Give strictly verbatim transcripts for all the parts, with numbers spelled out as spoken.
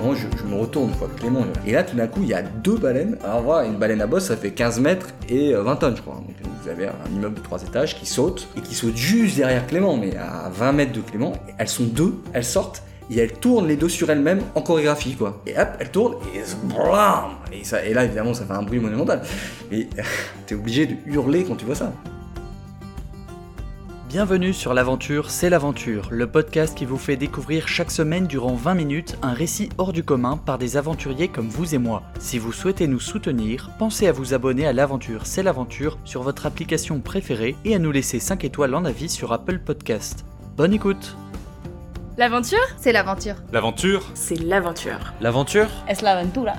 Moi, je, je me retourne, quoi, Clément. Et là, tout d'un coup, il y a deux baleines. Alors voilà, une baleine à bosse, ça fait quinze mètres et vingt tonnes, je crois. Donc vous avez un immeuble de trois étages qui saute, et qui saute juste derrière Clément, mais à vingt mètres de Clément. Et elles sont deux, elles sortent, et elles tournent les deux sur elles-mêmes en chorégraphie, quoi. Et hop, elles tournent, et blam et, ça, et là, évidemment, ça fait un bruit monumental. Et t'es obligé de hurler quand tu vois ça. Bienvenue sur l'Aventure, c'est l'Aventure, le podcast qui vous fait découvrir chaque semaine durant vingt minutes un récit hors du commun par des aventuriers comme vous et moi. Si vous souhaitez nous soutenir, pensez à vous abonner à l'Aventure, c'est l'Aventure sur votre application préférée et à nous laisser cinq étoiles en avis sur Apple Podcast. Bonne écoute! L'aventure, c'est l'aventure. L'aventure, c'est l'aventure. L'aventure, es la aventura.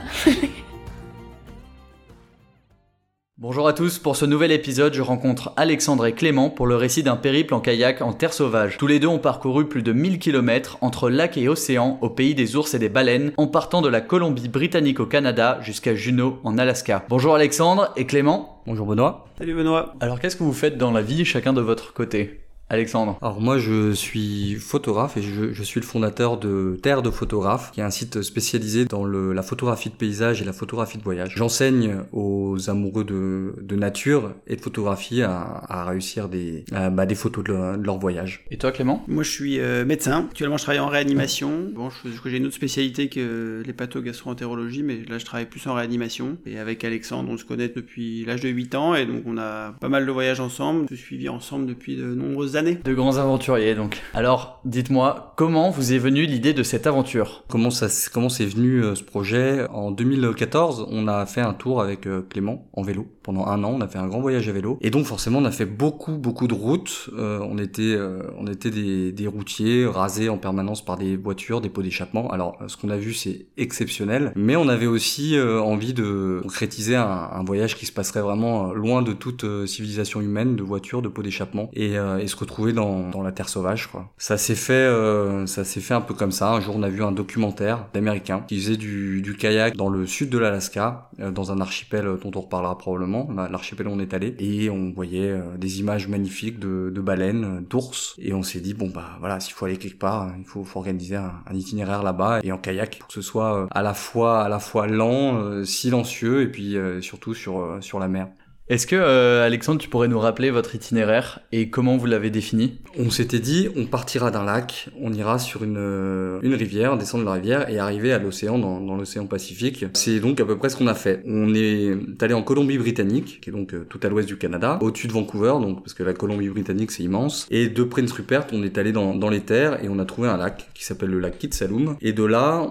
Bonjour à tous, pour ce nouvel épisode, je rencontre Alexandre et Clément pour le récit d'un périple en kayak en terre sauvage. Tous les deux ont parcouru plus de mille kilomètres entre lac et océan au pays des ours et des baleines, en partant de la Colombie-Britannique au Canada jusqu'à Juneau en Alaska. Bonjour Alexandre et Clément. Bonjour Benoît. Salut Benoît. Alors qu'est-ce que vous faites dans la vie chacun de votre côté ? Alexandre. Alors moi je suis photographe et je, je suis le fondateur de Terre de photographe, qui est un site spécialisé dans le, la photographie de paysage et la photographie de voyage. J'enseigne aux amoureux de, de nature et de photographie à, à réussir des, à, bah, des photos de leur, de leur voyage. Et toi Clément ? Moi je suis euh, médecin. Actuellement je travaille en réanimation. Bon, je, je, j'ai une autre spécialité que l'hépato-gastro-entérologie, mais là je travaille plus en réanimation. Et avec Alexandre on se connaît depuis l'âge de huit ans et donc on a pas mal de voyages ensemble. On se suivi ensemble depuis de nombreuses années. De grands aventuriers donc. Alors, dites-moi, comment vous est venue l'idée de cette aventure ? Comment ça, comment c'est venu euh, ce projet ? En deux mille quatorze, on a fait un tour avec euh, Clément en vélo. Pendant un an, on a fait un grand voyage à vélo. Et donc forcément, on a fait beaucoup, beaucoup de routes. Euh, on était, euh, on était des, des routiers rasés en permanence par des voitures, des pots d'échappement. Alors, ce qu'on a vu, c'est exceptionnel. Mais on avait aussi euh, envie de concrétiser un, un voyage qui se passerait vraiment loin de toute euh, civilisation humaine, de voitures, de pots d'échappement, et, euh, et se retrouver dans, dans la terre sauvage, quoi. Ça s'est fait, euh, ça s'est fait un peu comme ça. Un jour, on a vu un documentaire d'Américains qui faisait du, du kayak dans le sud de l'Alaska, euh, dans un archipel dont on reparlera probablement, l'archipel où on est allé, et on voyait euh, des images magnifiques de, de baleines, d'ours, et on s'est dit bon bah voilà, s'il faut aller quelque part, il faut, faut organiser un, un itinéraire là-bas et en kayak pour que ce soit euh, à la fois à la fois lent, euh, silencieux et puis euh, surtout sur euh, sur la mer. Est-ce que, euh, Alexandre, tu pourrais nous rappeler votre itinéraire et comment vous l'avez défini ? On s'était dit, on partira d'un lac, on ira sur une, euh, une rivière, descendre la rivière et arriver à l'océan, dans, dans l'océan Pacifique. C'est donc à peu près ce qu'on a fait. On est allé en Colombie-Britannique, qui est donc euh, tout à l'ouest du Canada, au-dessus de Vancouver, donc parce que la Colombie-Britannique c'est immense. Et de Prince Rupert, on est allé dans, dans les terres et on a trouvé un lac qui s'appelle le lac Kitsaloum. Et de là,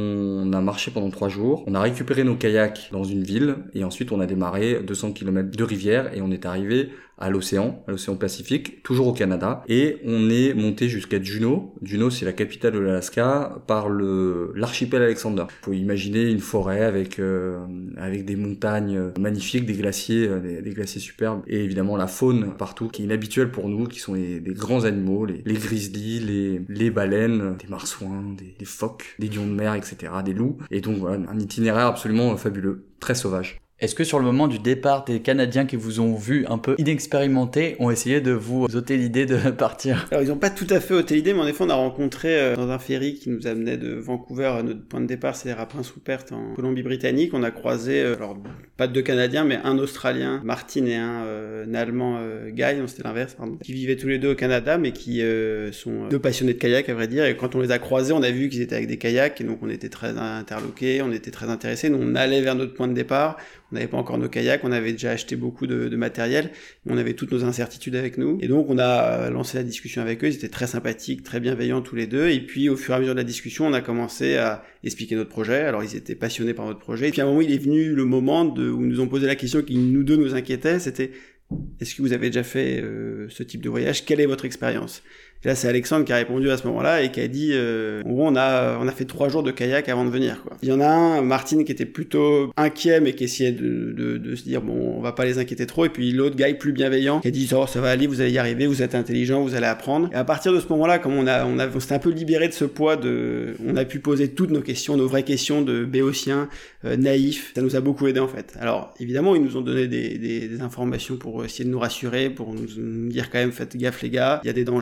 on a marché pendant trois jours. On a récupéré nos kayaks dans une ville et ensuite on a démarré deux cents kilomètres de rivière et on est arrivé à l'océan, à l'océan Pacifique, toujours au Canada, et on est monté jusqu'à Juneau. Juneau, c'est la capitale de l'Alaska, par le l'archipel Alexander. Faut imaginer une forêt avec euh, avec des montagnes magnifiques, des glaciers, euh, des, des glaciers superbes, et évidemment la faune partout, qui est inhabituelle pour nous, qui sont les, des grands animaux, les, les grizzlies, les, les baleines, des marsouins, des, des phoques, des lions de mer, et cetera, des loups. Et donc voilà, un itinéraire absolument fabuleux, très sauvage. Est-ce que sur le moment du départ, des Canadiens qui vous ont vu un peu inexpérimentés ont essayé de vous ôter l'idée de partir ? Alors ils n'ont pas tout à fait ôté l'idée, mais en effet on a rencontré euh, dans un ferry qui nous amenait de Vancouver à notre point de départ, c'est-à-dire à Prince Rupert en Colombie-Britannique. On a croisé, euh, alors pas deux Canadiens, mais un Australien, Martin, et un, euh, un Allemand, euh, Guy, non c'était l'inverse, pardon, qui vivaient tous les deux au Canada, mais qui euh, sont deux passionnés de kayak à vrai dire. Et quand on les a croisés, on a vu qu'ils étaient avec des kayaks, et donc on était très interloqués, on était très intéressés. Nous on allait vers notre point de départ. On n'avait pas encore nos kayaks, on avait déjà acheté beaucoup de, de matériel, on avait toutes nos incertitudes avec nous. Et donc on a lancé la discussion avec eux, ils étaient très sympathiques, très bienveillants tous les deux. Et puis au fur et à mesure de la discussion, on a commencé à expliquer notre projet. Alors ils étaient passionnés par notre projet. Et puis à un moment, il est venu le moment de, où ils nous ont posé la question qui nous deux nous inquiétait, c'était « Est-ce que vous avez déjà fait euh, ce type de voyage ? Quelle est votre expérience ?» Et là, c'est Alexandre qui a répondu à ce moment-là et qui a dit, euh, en gros, on a, on a fait trois jours de kayak avant de venir, quoi. Il y en a un, Martin, qui était plutôt inquiet, mais qui essayait de, de, de se dire, bon, on va pas les inquiéter trop. Et puis l'autre gars, plus bienveillant, qui a dit, oh, ça va aller, vous allez y arriver, vous êtes intelligent, vous allez apprendre. Et à partir de ce moment-là, comme on a, on a, on s'était un peu libéré de ce poids de, on a pu poser toutes nos questions, nos vraies questions de béotiens, euh, naïfs. Ça nous a beaucoup aidé, en fait. Alors, évidemment, ils nous ont donné des, des, des informations pour essayer de nous rassurer, pour nous, nous dire quand même, faites gaffe, les gars, il y a des dangers.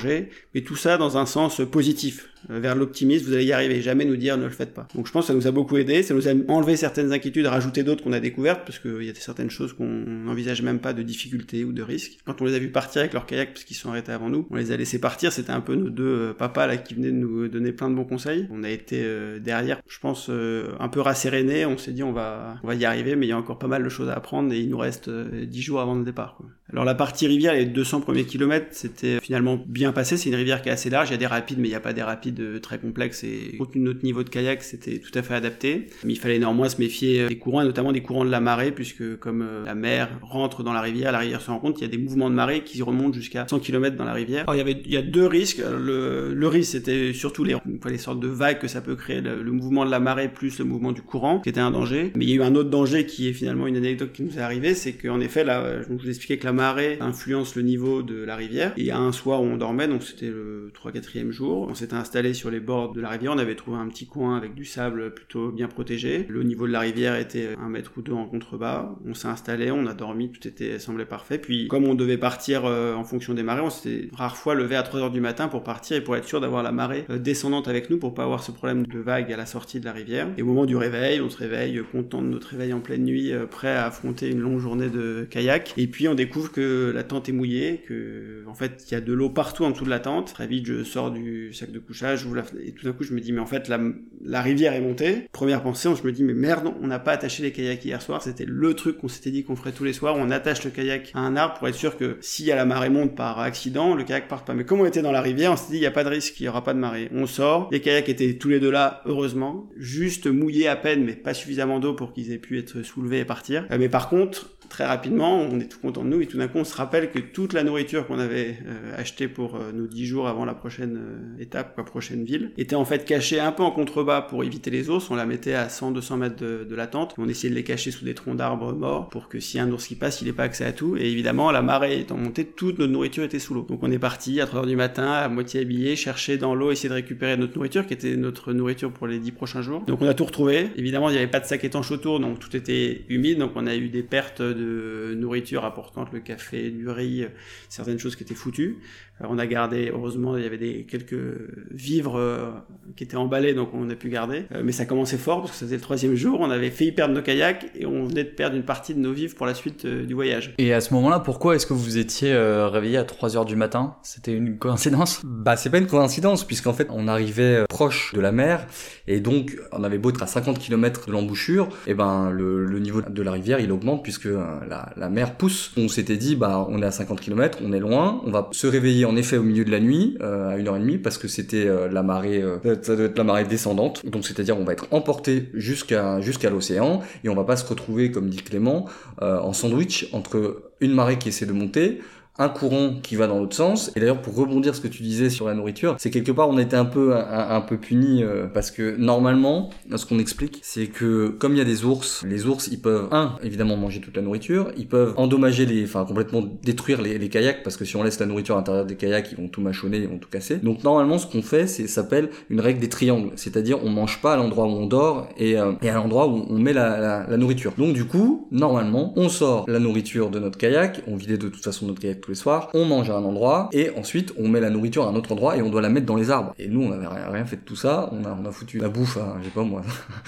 mais tout ça dans un sens positif, vers l'optimisme, vous allez y arriver, jamais nous dire ne le faites pas. Donc je pense que ça nous a beaucoup aidé, ça nous a enlevé certaines inquiétudes, rajouté d'autres qu'on a découvertes, parce qu'il y a certaines choses qu'on n'envisage même pas de difficultés ou de risques. Quand on les a vus partir avec leur kayak, parce qu'ils sont arrêtés avant nous, on les a laissés partir, c'était un peu nos deux euh, papas là qui venaient de nous donner plein de bons conseils. On a été euh, derrière, je pense, euh, un peu rassérénés, on s'est dit on va, on va y arriver, mais il y a encore pas mal de choses à apprendre et il nous reste euh, dix jours avant le départ, quoi. Alors la partie rivière, les deux cents premiers kilomètres, c'était finalement bien passé, c'est une rivière qui est assez large, il y a des rapides, mais il n'y a pas des rapides très complexes et compte tenu de notre niveau de kayak, c'était tout à fait adapté. Mais il fallait néanmoins se méfier des courants, et notamment des courants de la marée, puisque comme euh, la mer rentre dans la rivière, la rivière se rend compte, il y a des mouvements de marée qui remontent jusqu'à cent kilomètres dans la rivière. Alors il y avait, il y a deux risques. Le, le risque, c'était surtout les, les sortes de vagues que ça peut créer, le, le mouvement de la marée plus le mouvement du courant, qui était un danger. Mais il y a eu un autre danger qui est finalement une anecdote qui nous est arrivée, c'est qu'en effet, là, je vous expliquais que la marée influence le niveau de la rivière. Et un soir où on dormait, donc c'était le trois quatrième jour, on s'était installé sur les bords de la rivière, on avait trouvé un petit coin avec du sable plutôt bien protégé. Le niveau de la rivière était un mètre ou deux en contrebas. On s'est installé, on a dormi, tout était semblait parfait. Puis comme on devait partir euh, en fonction des marées, on s'était rare fois levé à trois heures du matin pour partir et pour être sûr d'avoir la marée euh, descendante avec nous pour pas avoir ce problème de vague à la sortie de la rivière. Et au moment du réveil, on se réveille content de notre réveil en pleine nuit, euh, prêt à affronter une longue journée de kayak. Et puis on découvre que la tente est mouillée, que en fait il y a de l'eau partout en dessous de la tente. Très vite je sors du sac de couchage, j'ouvre la fenêtre, et tout d'un coup je me dis mais en fait la, la rivière est montée. Première pensée, je me dis mais merde, on n'a pas attaché les kayaks hier soir, c'était le truc qu'on s'était dit qu'on ferait tous les soirs, on attache le kayak à un arbre pour être sûr que s'il y a la marée monte par accident, le kayak parte pas. Mais comme on était dans la rivière, on s'est dit il y a pas de risque, il y aura pas de marée. On sort, les kayaks étaient tous les deux là, heureusement, juste mouillés à peine mais pas suffisamment d'eau pour qu'ils aient pu être soulevés et partir. Euh, mais par contre, très rapidement, on est tout content de nous et tout d'un coup on se rappelle que toute la nourriture qu'on avait euh, achetée pour euh, nos dix jours avant la prochaine euh, étape, la prochaine ville, était en fait cachée un peu en contrebas pour éviter les ours. On la mettait à cent à deux cents mètres de, de la tente. On essayait de les cacher sous des troncs d'arbres morts pour que si un ours qui passe, il n'ait pas accès à tout. Et évidemment, la marée étant montée, toute notre nourriture était sous l'eau. Donc on est parti à trois heures du matin, à moitié habillé, chercher dans l'eau, essayer de récupérer notre nourriture qui était notre nourriture pour les dix prochains jours. Donc on a tout retrouvé. Évidemment, il n'y avait pas de sac étanche autour, donc tout était humide. Donc on a eu des pertes de nourriture importantes, le café, du riz, certaines choses qui étaient foutues. Alors on a gardé, heureusement, il y avait des quelques vivres euh, qui étaient emballés, donc on a pu garder. Euh, mais ça commençait fort parce que c'était le troisième jour, on avait failli perdre nos kayaks et on venait de perdre une partie de nos vivres pour la suite euh, du voyage. Et à ce moment-là, pourquoi est-ce que vous étiez euh, réveillé à trois heures du matin ? C'était une coïncidence ? Bah c'est pas une coïncidence puisqu'en fait on arrivait proche de la mer et donc on avait beau être à cinquante kilomètres de l'embouchure, et ben le, le niveau de la rivière il augmente puisque euh, la, la mer pousse. On s'était dit bah on est à cinquante kilomètres, on est loin, on va se réveiller en effet au milieu de la nuit euh, à une heure trente parce que c'était euh, la marée euh, ça doit être la marée descendante, donc c'est-à-dire on va être emporté jusqu'à jusqu'à l'océan et on va pas se retrouver comme dit Clément euh, en sandwich entre une marée qui essaie de monter, un courant qui va dans l'autre sens. Et d'ailleurs, pour rebondir ce que tu disais sur la nourriture, c'est quelque part on était un peu un, un peu puni euh, parce que normalement, ce qu'on explique, c'est que comme il y a des ours, les ours ils peuvent un évidemment manger toute la nourriture, ils peuvent endommager les, enfin complètement détruire les, les kayaks parce que si on laisse la nourriture à l'intérieur des kayaks, ils vont tout mâchonner, ils vont tout casser. Donc normalement, ce qu'on fait, c'est ça s'appelle une règle des triangles, c'est-à-dire on mange pas à l'endroit où on dort et, euh, et à l'endroit où on met la, la, la nourriture. Donc du coup, normalement, on sort la nourriture de notre kayak, on vidait de toute façon notre kayak tous les soirs, on mange à un endroit et ensuite on met la nourriture à un autre endroit et on doit la mettre dans les arbres. Et nous on avait rien, rien fait de tout ça, on a, on a foutu la bouffe à, je sais pas moi,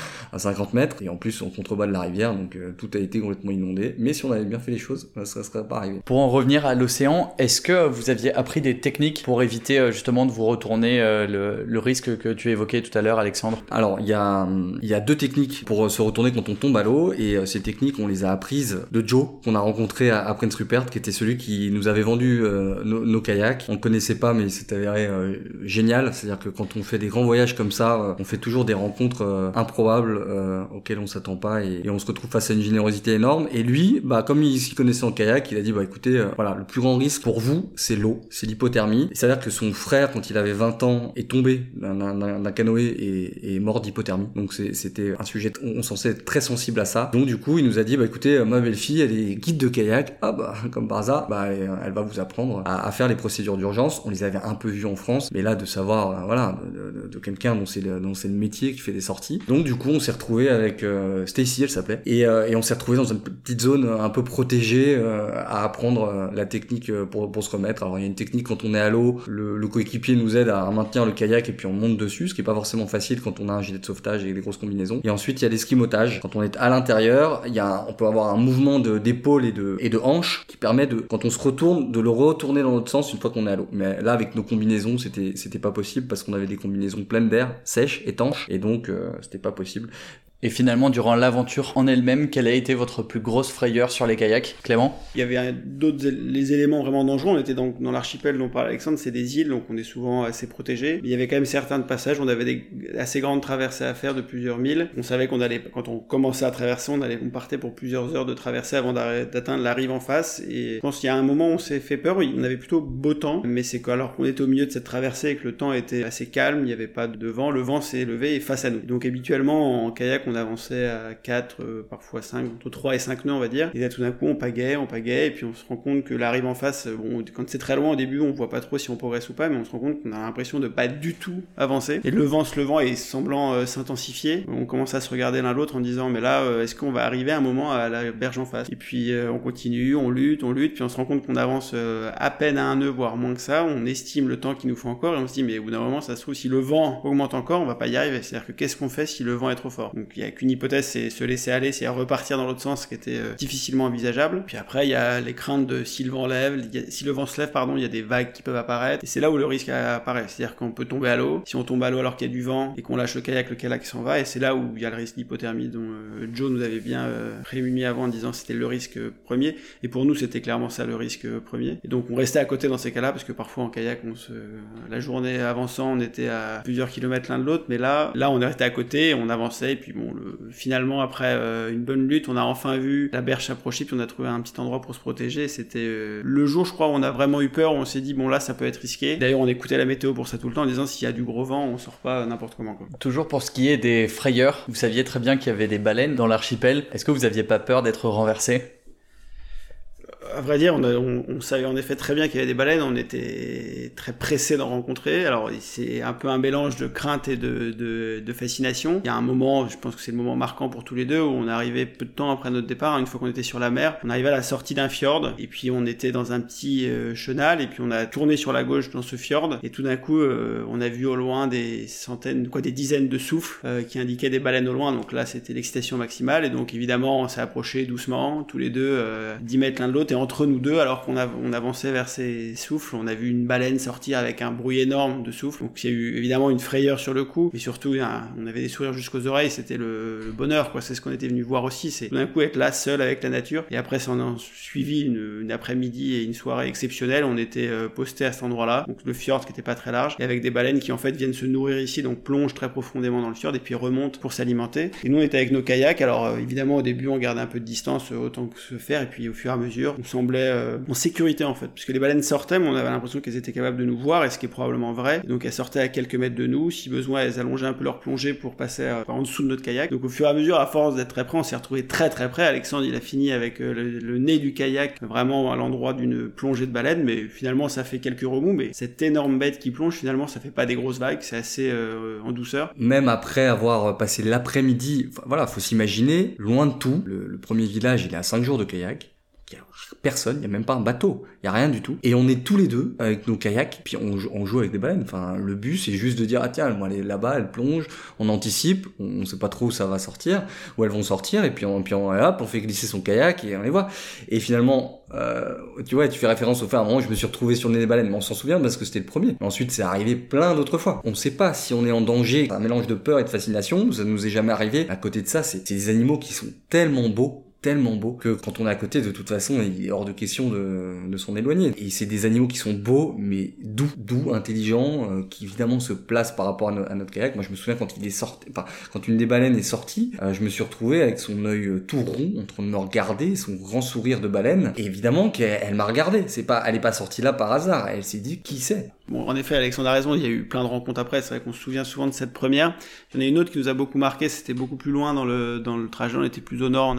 à cinquante mètres et en plus en contrebas de la rivière, donc euh, tout a été complètement inondé. Mais si on avait bien fait les choses, ça serait pas arrivé. Pour en revenir à l'océan, est-ce que vous aviez appris des techniques pour éviter euh, justement de vous retourner euh, le, le risque que tu évoquais tout à l'heure, Alexandre ? Alors il y a, il y a deux techniques pour se retourner quand on tombe à l'eau et euh, ces techniques on les a apprises de Joe qu'on a rencontré à, à Prince Rupert, qui était celui qui nous avait vendu Euh, nos, nos kayaks. On ne connaissait pas mais il s'est avéré euh, génial, c'est-à-dire que quand on fait des grands voyages comme ça, euh, on fait toujours des rencontres euh, improbables euh, auxquelles on s'attend pas et, et on se retrouve face à une générosité énorme. Et lui, bah comme il s'y connaissait en kayak, il a dit bah écoutez, euh, voilà, le plus grand risque pour vous, c'est l'eau, c'est l'hypothermie. C'est-à-dire que son frère, quand il avait vingt ans, est tombé d'un, d'un, d'un canoë et est mort d'hypothermie. Donc c'est, c'était un sujet, on, on s'en être très sensible à ça. Donc du coup, il nous a dit bah écoutez, ma belle-fille, elle est guide de kayak. Ah bah comme par hasard, bah elle va vous apprendre à, à faire les procédures d'urgence. On les avait un peu vues en France, mais là de savoir, euh, voilà, de, de, de quelqu'un dont c'est le, dont c'est le métier qui fait des sorties. Donc du coup, on s'est retrouvé avec euh, Stacy, elle s'appelait, et, euh, et on s'est retrouvé dans une petite zone un peu protégée euh, à apprendre euh, la technique pour pour se remettre. Alors il y a une technique quand on est à l'eau, le, le coéquipier nous aide à maintenir le kayak et puis on monte dessus, ce qui est pas forcément facile quand on a un gilet de sauvetage et des grosses combinaisons. Et ensuite il y a l'esquimotage. Quand on est à l'intérieur, il y a, on peut avoir un mouvement de d'épaule et de et de hanche qui permet de, quand on se retourne, de le retourner dans l'autre sens une fois qu'on est à l'eau. Mais là avec nos combinaisons, c'était c'était pas possible parce qu'on avait des combinaisons pleines d'air, sèches, étanches, et donc euh, c'était pas possible. Et finalement, durant l'aventure en elle-même, quelle a été votre plus grosse frayeur sur les kayaks, Clément ? Il y avait d'autres les éléments vraiment dangereux. On était dans, dans l'archipel dont parle Alexandre, c'est des îles, donc on est souvent assez protégé. Mais il y avait quand même certains passages, on avait des assez grandes traversées à faire de plusieurs milles. On savait qu'on allait, quand on commençait à traverser, on allait, on partait pour plusieurs heures de traversée avant d'atteindre la rive en face. Et je pense qu'il y a un moment où on s'est fait peur. On avait plutôt beau temps, mais c'est qu'alors qu'on était au milieu de cette traversée et que le temps était assez calme, il n'y avait pas de vent, le vent s'est levé et face à nous. Donc habituellement en kayak, on avançait à quatre, euh, parfois cinq, entre trois et cinq nœuds on va dire, et là tout d'un coup on pagaie, on pagaie, et puis on se rend compte que la rive en face, bon, quand c'est très loin au début on voit pas trop si on progresse ou pas, mais on se rend compte qu'on a l'impression de pas du tout avancer, et le vent se levant et semblant euh, s'intensifier, on commence à se regarder l'un l'autre en disant mais là euh, est-ce qu'on va arriver à un moment à la berge en face, et puis euh, on continue, on lutte, on lutte, puis on se rend compte qu'on avance euh, à peine à un nœud, voire moins que ça, on estime le temps qu'il nous faut encore, et on se dit mais au bout d'un moment ça se trouve si le vent augmente encore, on va pas y arriver, c'est-à-dire que qu'est-ce qu'on fait si le vent est trop fort? Donc il y a qu'une hypothèse, c'est se laisser aller, c'est à repartir dans l'autre sens, ce qui était euh, difficilement envisageable. Puis après, il y a les craintes de si le vent lève, a, si le vent se lève, pardon, il y a des vagues qui peuvent apparaître. Et c'est là où le risque apparaît. C'est-à-dire qu'on peut tomber à l'eau. Si on tombe à l'eau alors qu'il y a du vent et qu'on lâche le kayak, le kayak s'en va. Et c'est là où il y a le risque d'hypothermie dont euh, Joe nous avait bien euh, prévenu avant en disant que c'était le risque premier. Et pour nous, c'était clairement ça le risque premier. Et donc on restait à côté dans ces cas-là parce que parfois en kayak, on se, la journée avançant, on était à plusieurs kilomètres l'un de l'autre. Mais là, là, on est resté à côté, on avançait. Et puis bon, le, finalement après euh, une bonne lutte, on a enfin vu la berge s'approcher, puis on a trouvé un petit endroit pour se protéger. C'était euh, le jour, je crois, où on a vraiment eu peur, où on s'est dit bon là ça peut être risqué. D'ailleurs on écoutait la météo pour ça tout le temps en disant s'il y a du gros vent on sort pas n'importe comment quoi. Toujours pour ce qui est des frayeurs, vous saviez très bien qu'il y avait des baleines dans l'archipel, est-ce que vous aviez pas peur d'être renversé ? À vrai dire, on, a, on, on savait en effet très bien qu'il y avait des baleines, on était très pressés d'en rencontrer. Alors c'est un peu un mélange de crainte et de, de, de fascination. Il y a un moment, je pense que c'est le moment marquant pour tous les deux, où on est arrivé peu de temps après notre départ, une fois qu'on était sur la mer, on arrivait à la sortie d'un fjord, et puis on était dans un petit euh, chenal, et puis on a tourné sur la gauche dans ce fjord, et tout d'un coup, euh, on a vu au loin des centaines, quoi, des dizaines de souffles euh, qui indiquaient des baleines au loin. Donc là, c'était l'excitation maximale, et donc évidemment, on s'est approché doucement, tous les deux, euh, dix mètres l'un de l'autre, et entre nous deux, alors qu'on av- on avançait vers ces souffles, on a vu une baleine sortir avec un bruit énorme de souffles. Donc il y a eu évidemment une frayeur sur le coup, mais surtout un, on avait des sourires jusqu'aux oreilles, c'était le, le bonheur, quoi. C'est ce qu'on était venu voir aussi, c'est tout d'un coup être là seul avec la nature. Et après ça, on a suivi une, une après-midi et une soirée exceptionnelle. On était euh, posté à cet endroit-là, donc le fjord qui était pas très large, et avec des baleines qui en fait viennent se nourrir ici, donc plongent très profondément dans le fjord et puis remontent pour s'alimenter. Et nous on était avec nos kayaks. Alors euh, évidemment au début on gardait un peu de distance euh, autant que se faire, et puis au fur et à mesure on semblait euh, en sécurité en fait, puisque les baleines sortaient, mais on avait l'impression qu'elles étaient capables de nous voir, et ce qui est probablement vrai. Et donc elles sortaient à quelques mètres de nous, si besoin elles allongeaient un peu leur plongée pour passer euh, en dessous de notre kayak. Donc au fur et à mesure, à force d'être très près, on s'est retrouvé très très près. Alexandre il a fini avec euh, le, le nez du kayak vraiment à l'endroit d'une plongée de baleine, mais finalement ça fait quelques remous, mais cette énorme bête qui plonge, finalement ça fait pas des grosses vagues, c'est assez euh, en douceur. Même après avoir passé l'après-midi, voilà, faut s'imaginer, loin de tout, le, le premier village il est à cinq jours de kayak, il y a personne, il y a même pas un bateau, il y a rien du tout, et on est tous les deux avec nos kayaks, puis on, on joue avec des baleines. Enfin, le but c'est juste de dire ah tiens, elle est là-bas, elle plonge, on anticipe, on, on sait pas trop où ça va sortir, où elles vont sortir, et puis on, puis on, hop, on fait glisser son kayak et on les voit. Et finalement, euh, tu vois, tu fais référence au fait à un moment où je me suis retrouvé sur le nez des baleines, mais on s'en souvient parce que c'était le premier. Mais ensuite, c'est arrivé plein d'autres fois. On sait pas si on est en danger, un mélange de peur et de fascination, ça nous est jamais arrivé. À côté de ça, c'est, c'est des animaux qui sont tellement beaux, tellement beau que quand on est à côté, de toute façon, il est hors de question de, de s'en éloigner. Et c'est des animaux qui sont beaux, mais doux, doux, intelligents, euh, qui évidemment se placent par rapport à, no- à notre kayak. Moi, je me souviens quand il est sorti, enfin, quand une des baleines est sortie, euh, je me suis retrouvé avec son œil euh, tout rond, en train de me regarder, son grand sourire de baleine. Et évidemment qu'elle elle m'a regardé. C'est pas, elle est pas sortie là par hasard. Elle s'est dit, qui c'est? Bon, en effet, Alexandre a raison, il y a eu plein de rencontres après, c'est vrai qu'on se souvient souvent de cette première. Il y en a une autre qui nous a beaucoup marqué, c'était beaucoup plus loin dans le, dans le trajet, on était plus au nord, en Alaska, pas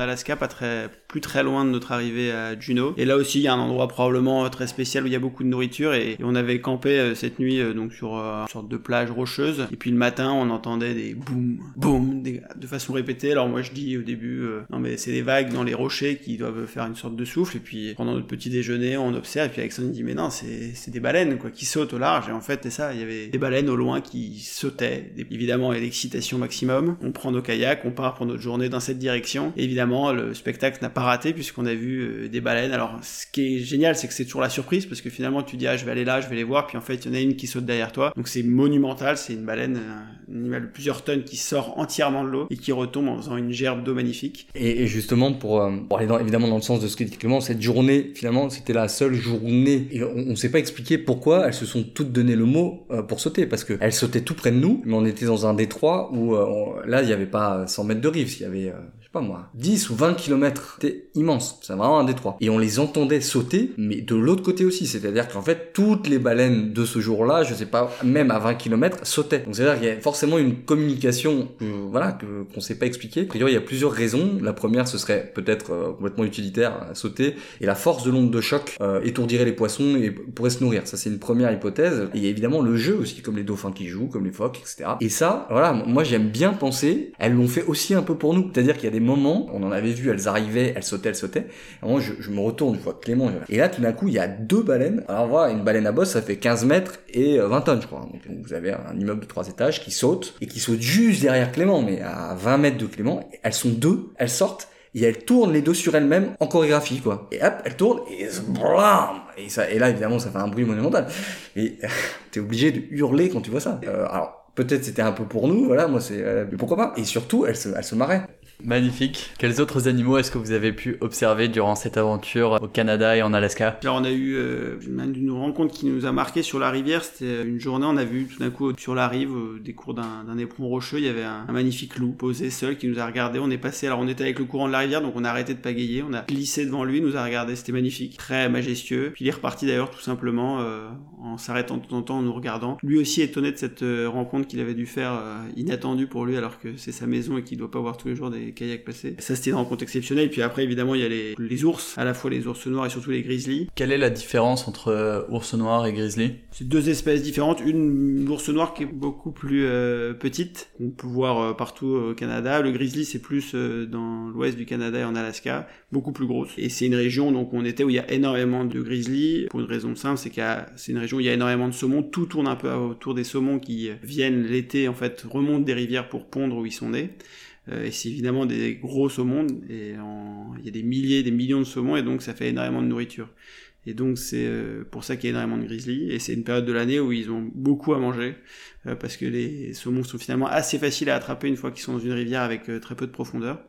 très, plus très loin de notre arrivée à Juneau. Et là aussi, il y a un endroit probablement très spécial où il y a beaucoup de nourriture et, et on avait campé euh, cette nuit euh, donc sur euh, une sorte de plage rocheuse. Et puis le matin, on entendait des boum, boum, des, de façon répétée. Alors moi, je dis au début, euh, non mais c'est des vagues dans les rochers qui doivent faire une sorte de souffle. Et puis pendant notre petit déjeuner, on observe. Et puis Alexandre dit mais non, c'est, c'est des baleines quoi qui sautent au large. Et en fait, c'est ça, il y avait des baleines au loin qui sautaient. Des, évidemment, avec l'excitation maximum. On prend nos kayaks, on part pour notre journée dans cette direction. Et évidemment, le spectacle n'a pas raté puisqu'on a vu euh, des baleines. Alors, ce qui est génial, c'est que c'est toujours la surprise parce que finalement, tu dis ah je vais aller là, je vais les voir. Puis en fait, il y en a une qui saute derrière toi. Donc c'est monumental. C'est une baleine, un animal de plusieurs tonnes qui sort entièrement de l'eau et qui retombe en faisant une gerbe d'eau magnifique. Et, et justement, pour, euh, pour aller dans, évidemment dans le sens de ce que dit Clément, cette journée, finalement, c'était la seule journée. Et on, on s'est pas expliqué pourquoi elles se sont toutes donné le mot euh, pour sauter, parce que elles sautaient tout près de nous, mais on était dans un détroit où euh, on, là, il y avait pas cent mètres de rive, il y avait, euh, je sais pas moi, dix ou vingt kilomètres. C'était immense. C'est vraiment un détroit. Et on les entendait sauter, mais de l'autre côté aussi. C'est-à-dire qu'en fait, toutes les baleines de ce jour-là, je sais pas, même à vingt kilomètres, sautaient. Donc c'est-à-dire qu'il y a forcément une communication, euh, voilà, que, qu'on sait pas expliquer. D'ailleurs, il y a plusieurs raisons. La première, ce serait peut-être euh, complètement utilitaire à sauter, et la force de l'onde de choc euh, étourdirait les poissons et pourrait se nourrir. Ça, c'est une première hypothèse. Et il y a évidemment le jeu aussi, comme les dauphins qui jouent, comme les phoques, et cetera. Et ça, voilà, moi j'aime bien penser, elles l'ont fait aussi un peu pour nous. C'est-à-dire qu'il y a des moments, on en avait vu, elles arrivaient, elles sautaient, elles sautaient. Et moi, je, je me retourne, je vois Clément. Et là, tout d'un coup, il y a deux baleines. Alors voilà, une baleine à bosse, ça fait quinze mètres et vingt tonnes, je crois. Donc vous avez un immeuble de trois étages qui saute, et qui saute juste derrière Clément, mais à vingt mètres de Clément. Elles sont deux, elles sortent, et elles tournent les deux sur elles-mêmes en chorégraphie, quoi. Et hop, elles tournent, et blam, et ça, et là, évidemment, ça fait un bruit monumental. Et t'es obligé de hurler quand tu vois ça. Euh, alors, peut-être c'était un peu pour nous, voilà, moi c'est, euh, mais pourquoi pas. Et surtout, elles se, elles se marraient. Magnifique. Quels autres animaux est-ce que vous avez pu observer durant cette aventure au Canada et en Alaska ? Alors on a eu euh, une de nos rencontres qui nous a marqué sur la rivière. C'était une journée, on a vu tout d'un coup sur la rive, au décours d'un, d'un éperon rocheux, il y avait un, un magnifique loup posé seul qui nous a regardé. On est passé, alors on était avec le courant de la rivière, donc on a arrêté de pagayer, on a glissé devant lui, il nous a regardé, c'était magnifique, très majestueux. Puis il est reparti d'ailleurs tout simplement euh, en s'arrêtant de temps en temps, en nous regardant. Lui aussi étonné de cette euh, rencontre qu'il avait dû faire euh, inattendue pour lui alors que c'est sa maison et qu'il doit pas voir tous les jours des kayaks passer. Ça c'était une rencontre exceptionnelle. Puis après évidemment il y a les, les ours, à la fois les ours noirs et surtout les grizzlies. Quelle est la différence entre euh, ours noir et grizzly ? C'est deux espèces différentes. Une l'ours noir qui est beaucoup plus euh, petite, qu'on peut voir euh, partout au Canada. Le grizzly c'est plus euh, dans l'ouest du Canada et en Alaska, beaucoup plus grosse. Et c'est une région donc où on était où il y a énormément de grizzlies pour une raison simple, c'est qu'il y a, c'est une région où il y a énormément de saumons. Tout tourne un peu autour des saumons qui viennent l'été en fait remontent des rivières pour pondre où ils sont nés. Euh, et c'est évidemment des gros saumons, et en... il y a des milliers, des millions de saumons, et donc ça fait énormément de nourriture. Et donc c'est euh, pour ça qu'il y a énormément de grizzlies, et c'est une période de l'année où ils ont beaucoup à manger, euh, parce que les saumons sont finalement assez faciles à attraper une fois qu'ils sont dans une rivière avec euh, très peu de profondeur.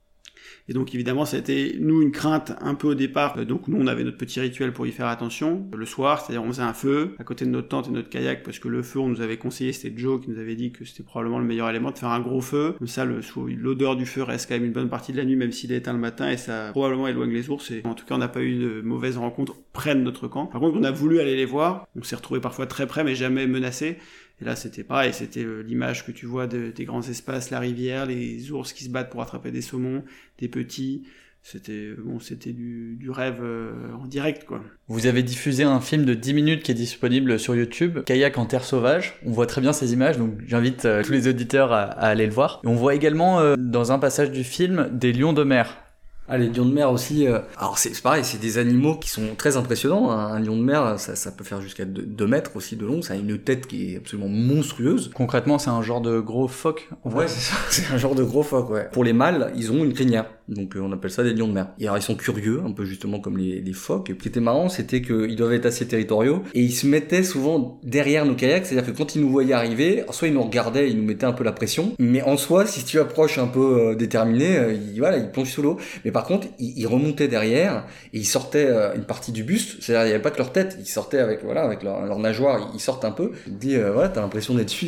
Et donc évidemment ça a été nous une crainte un peu au départ, donc nous on avait notre petit rituel pour y faire attention le soir, c'est-à-dire on faisait un feu à côté de notre tente et notre kayak, parce que le feu on nous avait conseillé, c'était Joe qui nous avait dit que c'était probablement le meilleur élément, de faire un gros feu, comme ça le, l'odeur du feu reste quand même une bonne partie de la nuit même s'il est éteint le matin, et ça probablement éloigne les ours, et en tout cas on n'a pas eu de mauvaises rencontres près de notre camp. Par contre on a voulu aller les voir, on s'est retrouvé parfois très près mais jamais menacé. Et là, c'était pareil, c'était euh, l'image que tu vois de, des grands espaces, la rivière, les ours qui se battent pour attraper des saumons, des petits. C'était, bon, c'était du, du rêve euh, en direct, quoi. Vous avez diffusé un film de dix minutes qui est disponible sur YouTube, Kayak en terre sauvage. On voit très bien ces images, donc j'invite euh, tous les auditeurs à, à aller le voir. Et on voit également, euh, dans un passage du film, des lions de mer. Ah, les lions de mer aussi. Euh... Alors c'est, c'est pareil, c'est des animaux qui sont très impressionnants. Un, un lion de mer, ça, ça peut faire jusqu'à deux mètres aussi de long. Ça a une tête qui est absolument monstrueuse. Concrètement, c'est un genre de gros phoque. En ouais, fait. c'est ça. C'est un genre de gros phoque. Ouais. Pour les mâles, ils ont une crinière, donc euh, on appelle ça des lions de mer. Et alors ils sont curieux, un peu justement comme les, les phoques. Et ce qui était marrant, c'était qu'ils doivent être assez territoriaux et ils se mettaient souvent derrière nos kayaks. C'est-à-dire que quand ils nous voyaient arriver, soit ils nous regardaient, ils nous mettaient un peu la pression. Mais en soi, si tu approches un peu euh, déterminé, euh, ils, voilà, ils plongent sous l'eau. Mais par contre, ils, ils remontaient derrière et ils sortaient euh, une partie du buste, c'est-à-dire il n'y avait pas que leur tête, ils sortaient avec voilà avec leur, leur nageoire, ils sortent un peu. Tu te dis euh, voilà, t'as l'impression d'être suivi.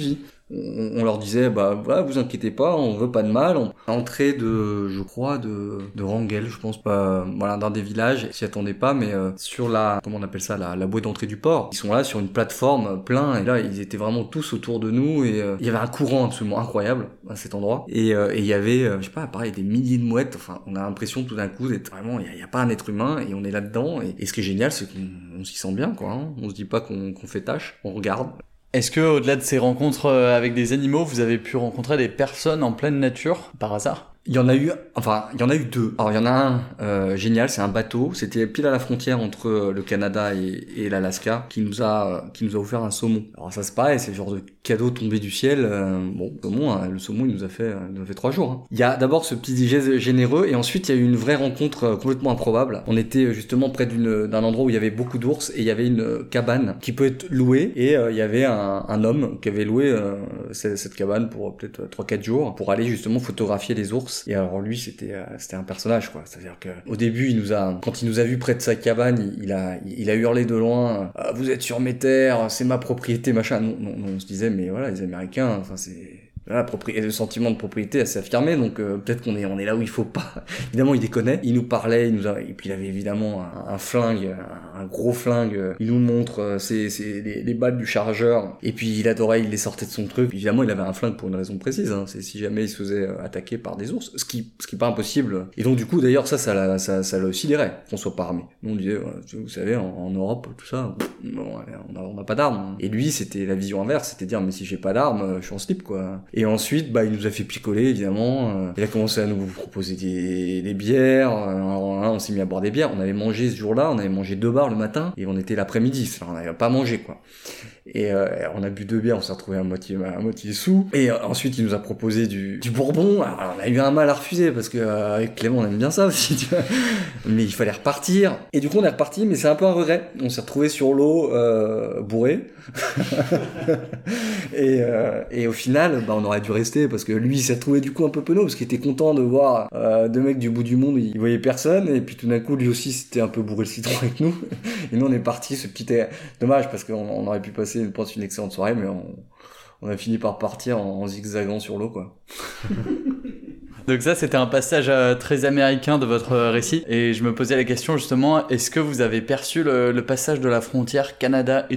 on, on leur disait, bah voilà, vous inquiétez pas, on veut pas de mal. On entrée de, je crois, de, de Rangel, je pense pas, voilà, dans des villages, ils s'y attendaient pas, mais euh, sur la, comment on appelle ça, la, la bouée d'entrée du port, ils sont là sur une plateforme plein, et là, ils étaient vraiment tous autour de nous, et euh, il y avait un courant absolument incroyable à cet endroit, et euh, il y avait, euh, je sais pas, pareil, des milliers de mouettes, enfin, on a l'impression tout d'un coup d'être vraiment, il y, y a pas un être humain, et on est là-dedans, et, et ce qui est génial, c'est qu'on on s'y sent bien, quoi, hein. On se dit pas qu'on, qu'on fait tâche, on regarde. Est-ce que, au-delà de ces rencontres avec des animaux, vous avez pu rencontrer des personnes en pleine nature, par hasard ? Il y en a eu, enfin, il y en a eu deux. Alors, il y en a un euh, génial, c'est un bateau. C'était pile à la frontière entre le Canada et, et l'Alaska qui nous a qui nous a offert un saumon. Alors ça c'est pareil, c'est le genre de cadeau tombé du ciel. Euh, bon, saumon, hein, le saumon, il nous a fait, il nous a fait trois jours. Hein. Il y a d'abord ce petit geste généreux et ensuite il y a eu une vraie rencontre complètement improbable. On était justement près d'une d'un endroit où il y avait beaucoup d'ours et il y avait une cabane qui peut être louée et euh, il y avait un, un homme qui avait loué euh, cette, cette cabane pour peut-être trois quatre jours pour aller justement photographier les ours. Et alors lui c'était euh, c'était un personnage quoi, c'est-à-dire que au début il nous a quand il nous a vu près de sa cabane, il, il a il a hurlé de loin ah, vous êtes sur mes terres, c'est ma propriété machin. Non, non, non, on se disait mais voilà les Américains, enfin c'est voilà, propri- le sentiment de propriété assez affirmé, donc euh, peut-être qu'on est on est là où il faut pas. Évidemment, il déconnait, il nous parlait, il nous a... et puis il avait évidemment un, un flingue, un, un gros flingue. Il nous montre euh, ses, ses, les, les balles du chargeur, et puis il adorait, il les sortait de son truc. Évidemment, il avait un flingue pour une raison précise, hein, c'est si jamais il se faisait attaquer par des ours, ce qui ce qui est pas impossible. Et donc du coup, d'ailleurs, ça, ça, ça, ça, ça le sidérait qu'on soit pas armé. Nous on disait, ouais, vous savez, en, en Europe, tout ça, bon, on a on a pas d'armes. Et lui, c'était la vision inverse, c'était dire mais si j'ai pas d'armes, je suis en slip quoi. Et ensuite, bah, il nous a fait picoler, évidemment. Il a commencé à nous proposer des, des bières. Alors là, on s'est mis à boire des bières. On avait mangé ce jour-là, on avait mangé deux bars le matin et on était l'après-midi. Enfin, on n'avait pas mangé, quoi. Et euh, on a bu deux bières, on s'est retrouvé à moitié, à moitié sous. Et euh, ensuite, il nous a proposé du, du bourbon. Alors, on a eu un mal à refuser parce que euh, avec Clément, on aime bien ça aussi, tu vois. Mais il fallait repartir. Et du coup, on est reparti, mais c'est un peu un regret. On s'est retrouvé sur l'eau euh, bourré. et, euh, et au final, bah, on aurait dû rester parce que lui, il s'est retrouvé du coup un peu penaud parce qu'il était content de voir euh, deux mecs du bout du monde. Il voyait personne. Et puis tout d'un coup, lui aussi, c'était un peu bourré le citron avec nous. Et nous, on est parti. Ce petit dommage parce qu'on on aurait pu passer je pense une excellente soirée, mais on, on a fini par partir en, en zigzagant sur l'eau, quoi. Donc ça, c'était un passage euh, très américain de votre euh, récit. Et je me posais la question justement, est-ce que vous avez perçu le, le passage de la frontière Canada-États-Unis ?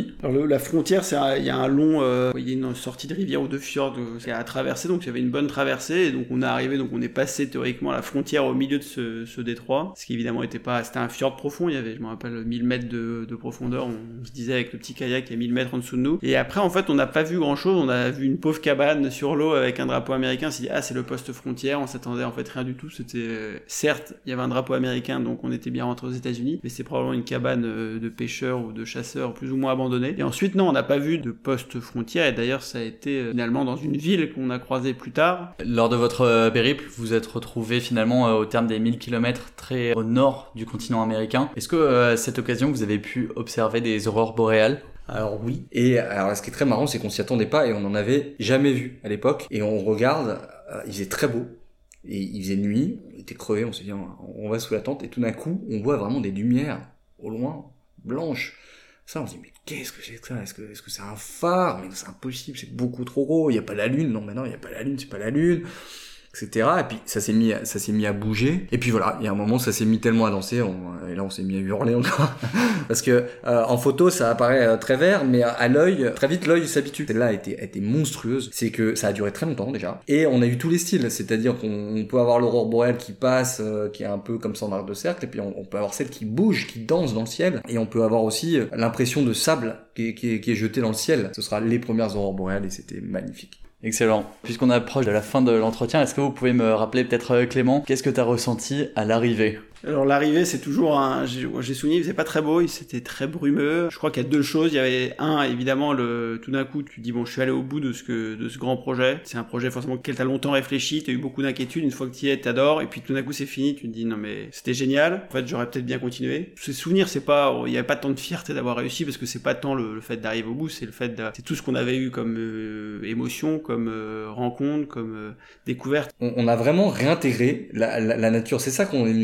Alors le, la frontière, c'est il y a un long, euh, il y a une sortie de rivière ou de fjord euh, à traverser, donc il y avait une bonne traversée. Et donc on est arrivé, donc on est passé théoriquement à la frontière au milieu de ce, ce détroit, ce qui évidemment était pas, c'était un fjord profond. Il y avait, je me rappelle, mille mètres de, de profondeur. On, on se disait avec le petit kayak, il y a mille mètres en dessous de nous. Et après, en fait, on n'a pas vu grand chose. On a vu une pauvre cabane sur l'eau avec un drapeau américain. On s'est dit ah c'est le poste frontière. On s'attendait en fait rien du tout. C'était euh, certes il y avait un drapeau américain donc on était bien rentré aux États-Unis, mais c'est probablement une cabane euh, de pêcheurs ou de chasseurs plus ou moins abandonnée. Et ensuite non, on n'a pas vu de poste frontière et d'ailleurs ça a été euh, finalement dans une ville qu'on a croisé plus tard. Lors de votre euh, périple, vous êtes retrouvé finalement euh, au terme des mille kilomètres très au nord du continent américain. Est-ce que euh, à cette occasion vous avez pu observer des aurores boréales ? Alors oui. Et alors ce qui est très marrant, c'est qu'on s'y attendait pas et on en avait jamais vu à l'époque. Et on regarde, euh, il faisait très beau. Et il faisait nuit, on était crevés, on s'est dit on va sous la tente et tout d'un coup on voit vraiment des lumières au loin, blanches. Ça on se dit mais qu'est-ce que c'est que ça ? Est-ce que est-ce que c'est un phare ? Mais c'est impossible, c'est beaucoup trop gros, il y a pas la lune. Non mais non, il y a pas la lune, c'est pas la lune. Etc. Et puis ça s'est mis, à, ça s'est mis à bouger. Et puis voilà, il y a un moment ça s'est mis tellement à danser, on, et là on s'est mis à hurler encore, parce que euh, en photo ça apparaît euh, très vert, mais à, à l'œil, très vite l'œil s'habitue. Celle-là a été, a été monstrueuse. C'est que ça a duré très longtemps déjà, et on a eu tous les styles. C'est-à-dire qu'on on peut avoir l'aurore boréale qui passe, euh, qui est un peu comme ça en arc de cercle, et puis on, on peut avoir celle qui bouge, qui danse dans le ciel, et on peut avoir aussi l'impression de sable qui est, qui est, qui est jeté dans le ciel. Ce sera les premières aurores boréales et c'était magnifique. Excellent. Puisqu'on approche de la fin de l'entretien, est-ce que vous pouvez me rappeler peut-être Clément, qu'est-ce que tu as ressenti à l'arrivée ? Alors l'arrivée c'est toujours un, j'ai, j'ai souvenir, il faisait pas très beau, c'était très brumeux. Je crois qu'il y a deux choses, il y avait un évidemment le, tout d'un coup tu te dis bon je suis allé au bout de ce que, de ce grand projet. C'est un projet forcément auquel t'as longtemps réfléchi, t'as eu beaucoup d'inquiétudes, une fois que t'y es t'adores et puis tout d'un coup c'est fini, tu te dis non mais c'était génial. En fait j'aurais peut-être bien continué. Ces souvenirs c'est pas, il y avait pas tant de fierté d'avoir réussi parce que c'est pas tant le, le fait d'arriver au bout, c'est le fait de, c'est tout ce qu'on avait eu comme euh, émotion, comme euh, rencontre, comme euh, découverte. On, on a vraiment réintégré la, la, la nature, c'est ça qu'on est venu chercher.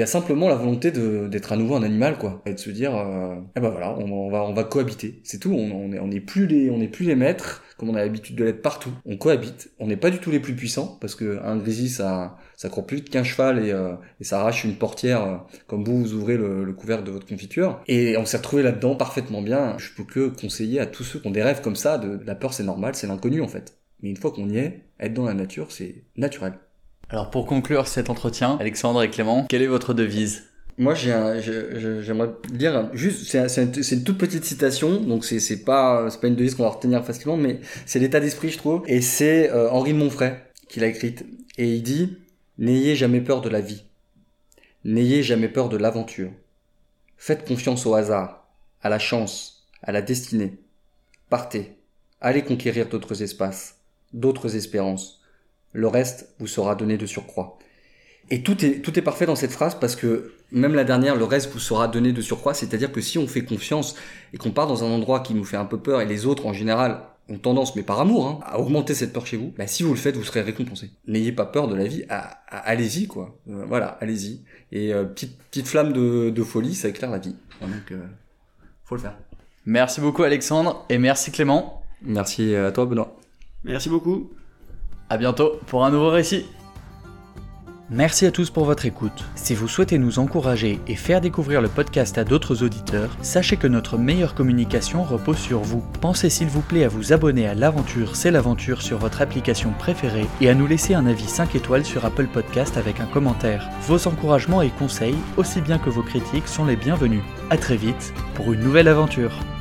a simplement la volonté de, d'être à nouveau un animal, quoi. Et de se dire, euh, eh ben voilà, on, on va, on va cohabiter. C'est tout. On, on est, on est plus les, on est plus les maîtres, comme on a l'habitude de l'être partout. On cohabite. On n'est pas du tout les plus puissants, parce que un grizzly, ça, ça court plus vite qu'un cheval et, euh, et ça arrache une portière, euh, comme vous, vous ouvrez le, le couvercle de votre confiture. Et on s'est retrouvé là-dedans parfaitement bien. Je peux que conseiller à tous ceux qui ont des rêves comme ça, de, la peur, c'est normal, c'est l'inconnu, en fait. Mais une fois qu'on y est, être dans la nature, c'est naturel. Alors pour conclure cet entretien, Alexandre et Clément, quelle est votre devise ? Moi, j'ai un, je, je, j'aimerais lire juste, c'est, c'est, une, c'est une toute petite citation, donc c'est, c'est pas, c'est pas une devise qu'on va retenir facilement, mais c'est l'état d'esprit, je trouve. Et c'est euh, Henri Monfray qui l'a écrite. Et il dit, n'ayez jamais peur de la vie. N'ayez jamais peur de l'aventure. Faites confiance au hasard, à la chance, à la destinée. Partez. Allez conquérir d'autres espaces, d'autres espérances. Le reste vous sera donné de surcroît. Et tout est, tout est parfait dans cette phrase parce que même la dernière, le reste vous sera donné de surcroît, c'est-à-dire que si on fait confiance et qu'on part dans un endroit qui nous fait un peu peur et les autres en général ont tendance, mais par amour, hein, à augmenter cette peur chez vous, bah si vous le faites, vous serez récompensé. N'ayez pas peur de la vie, à, à, allez-y quoi. Euh, voilà, allez-y. Et euh, petite, petite flamme de, de folie, ça éclaire la vie. Donc, euh, faut le faire. Merci beaucoup Alexandre et merci Clément. Merci à toi Benoît. Merci beaucoup. À bientôt pour un nouveau récit. Merci à tous pour votre écoute. Si vous souhaitez nous encourager et faire découvrir le podcast à d'autres auditeurs, sachez que notre meilleure communication repose sur vous. Pensez s'il vous plaît à vous abonner à l'Aventure, c'est l'aventure sur votre application préférée et à nous laisser un avis cinq étoiles sur Apple Podcast avec un commentaire. Vos encouragements et conseils, aussi bien que vos critiques, sont les bienvenus. À très vite pour une nouvelle aventure.